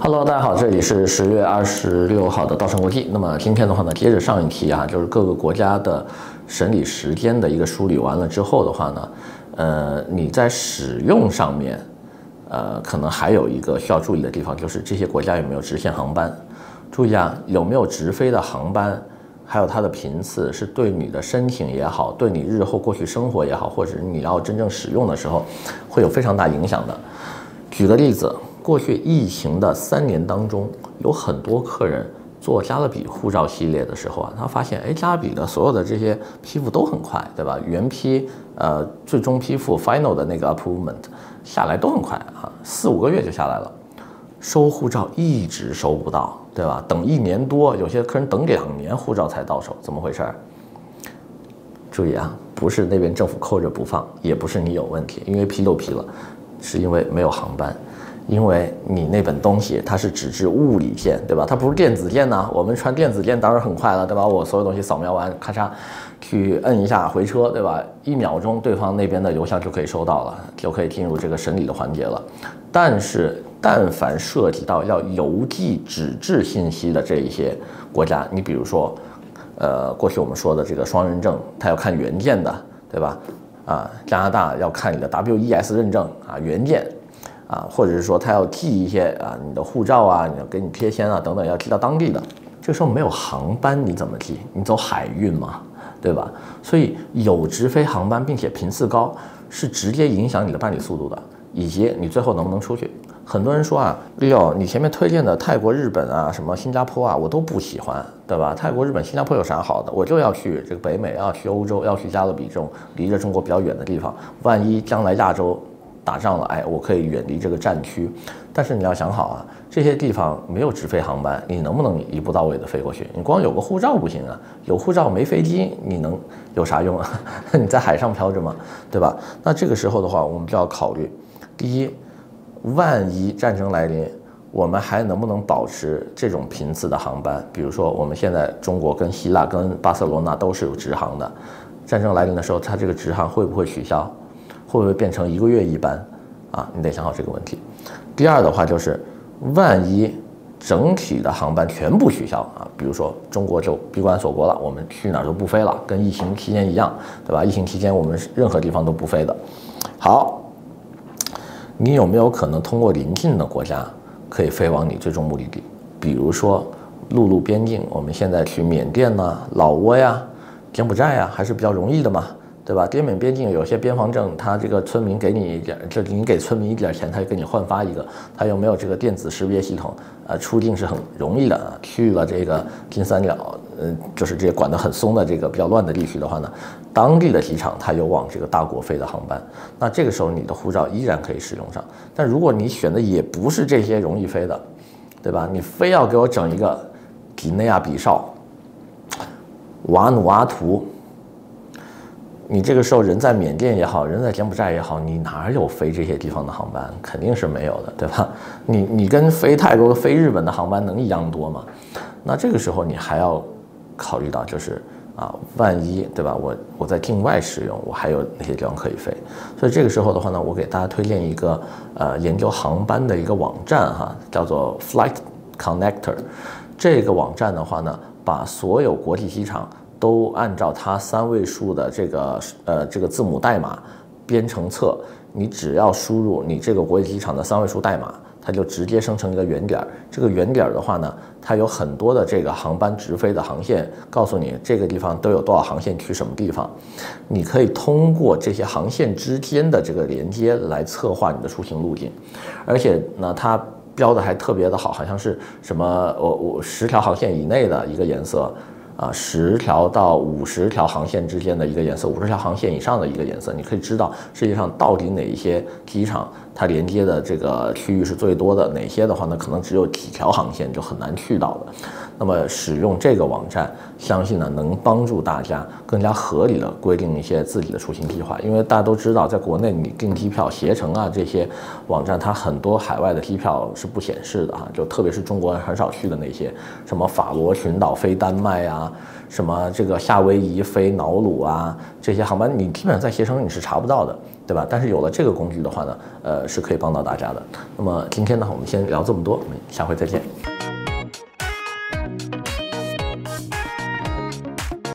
Hello， 大家好，这里是10月26号的稻盛国际。那么今天的话呢，接着上一题啊，就是各个国家的审理时间的一个梳理完了之后的话呢，你在使用上面，可能还有一个需要注意的地方，就是这些国家有没有直线航班。注意啊，有没有直飞的航班，还有它的频次，是对你的申请也好，对你日后过去生活也好，或者你要真正使用的时候，会有非常大影响的。举个例子。过去疫情的3年当中，有很多客人做加勒比护照系列的时候啊，他发现，加勒比的所有的这些批复都很快，对吧？原批，最终批复 final 的那个 approval 下来都很快啊，4、5个月就下来了。收护照一直收不到，对吧？等1年多，有些客人等2年护照才到手，怎么回事？注意啊，不是那边政府扣着不放，也不是你有问题，因为批都批了，是因为没有航班。因为你那本东西它是纸质物理件，对吧？它不是电子件呢。我们传电子件当然很快了，对吧？我所有东西扫描完，咔嚓，去摁一下回车，对吧？1秒钟，对方那边的邮箱就可以收到了，就可以进入这个审理的环节了。但是，但凡涉及到要邮寄纸质信息的这一些国家，你比如说，过去我们说的这个双认证，它要看原件的，对吧？加拿大要看你的 WES 认证啊，原件。或者是说他要寄一些你的护照啊，你要给你贴签啊等等，要寄到当地的。这个时候没有航班，你怎么寄？你走海运嘛，对吧？所以有直飞航班，并且频次高，是直接影响你的办理速度的，以及你最后能不能出去。很多人说啊，Leo，你前面推荐的泰国、日本啊，什么新加坡啊，我都不喜欢，对吧？泰国、日本、新加坡有啥好的？我就要去这个北美，要去欧洲，要去加勒比这种离着中国比较远的地方。万一将来亚洲打仗了，我可以远离这个战区，但是你要想好啊，这些地方没有直飞航班，你能不能一步到位的飞过去？你光有个护照不行啊，有护照没飞机，你能有啥用啊？你在海上飘着吗？对吧？那这个时候的话，我们就要考虑，第一，万一战争来临，我们还能不能保持这种频次的航班？比如说，我们现在中国跟希腊、跟巴塞罗那都是有直航的，战争来临的时候，它这个直航会不会取消？会不会变成1个月1班啊？你得想好这个问题。第二的话就是，万一整体的航班全部取消啊，比如说中国就闭关锁国了，我们去哪儿都不飞了，跟疫情期间一样，对吧？疫情期间我们任何地方都不飞的。好，你有没有可能通过邻近的国家可以飞往你最终目的地？比如说陆路边境，我们现在去缅甸呐、老挝呀、柬埔寨呀，还是比较容易的嘛。对吧？滇缅边境有些边防证，他这个村民给你一点，就你给村民一点钱，他就给你换发一个。他有没有这个电子识别系统？出境是很容易的。去了这个金三角，就是这些管得很松的这个比较乱的地区的话呢，当地的机场它有往这个大国飞的航班，那这个时候你的护照依然可以使用上。但如果你选的也不是这些容易飞的，对吧？你非要给我整一个几内亚比绍、瓦努阿图。你这个时候人在缅甸也好，人在柬埔寨也好，你哪有飞这些地方的航班？肯定是没有的，对吧？你跟飞泰国、飞日本的航班能一样多吗？那这个时候你还要考虑到就是万一对吧？我在境外使用，我还有哪些地方可以飞？所以这个时候的话呢，我给大家推荐一个研究航班的一个网站哈，叫做 Flight Connector。这个网站的话呢，把所有国际机场都按照它3位数的这个字母代码编程册，你只要输入你这个国际机场的3位数代码，它就直接生成一个原点。这个原点的话呢，它有很多的这个航班直飞的航线，告诉你这个地方都有多少航线去什么地方。你可以通过这些航线之间的这个连接来策划你的出行路径，而且呢，它标的还特别的好，好像是什么10条航线以内的一个颜色。10条到50条航线之间的一个颜色，50条航线以上的一个颜色，你可以知道世界上到底哪一些机场它连接的这个区域是最多的，哪些的话呢可能只有几条航线就很难去到的。 那么使用这个网站，相信呢能帮助大家更加合理的规定一些自己的出行计划。因为大家都知道，在国内你订机票、携程啊这些网站，它很多海外的机票是不显示的哈，就特别是中国人很少去的那些，什么法罗群岛飞丹麦啊，什么这个夏威夷飞瑙鲁啊，这些航班你基本上在携程你是查不到的，对吧？但是有了这个工具的话呢，是可以帮到大家的。那么今天呢，我们先聊这么多，我们下回再见。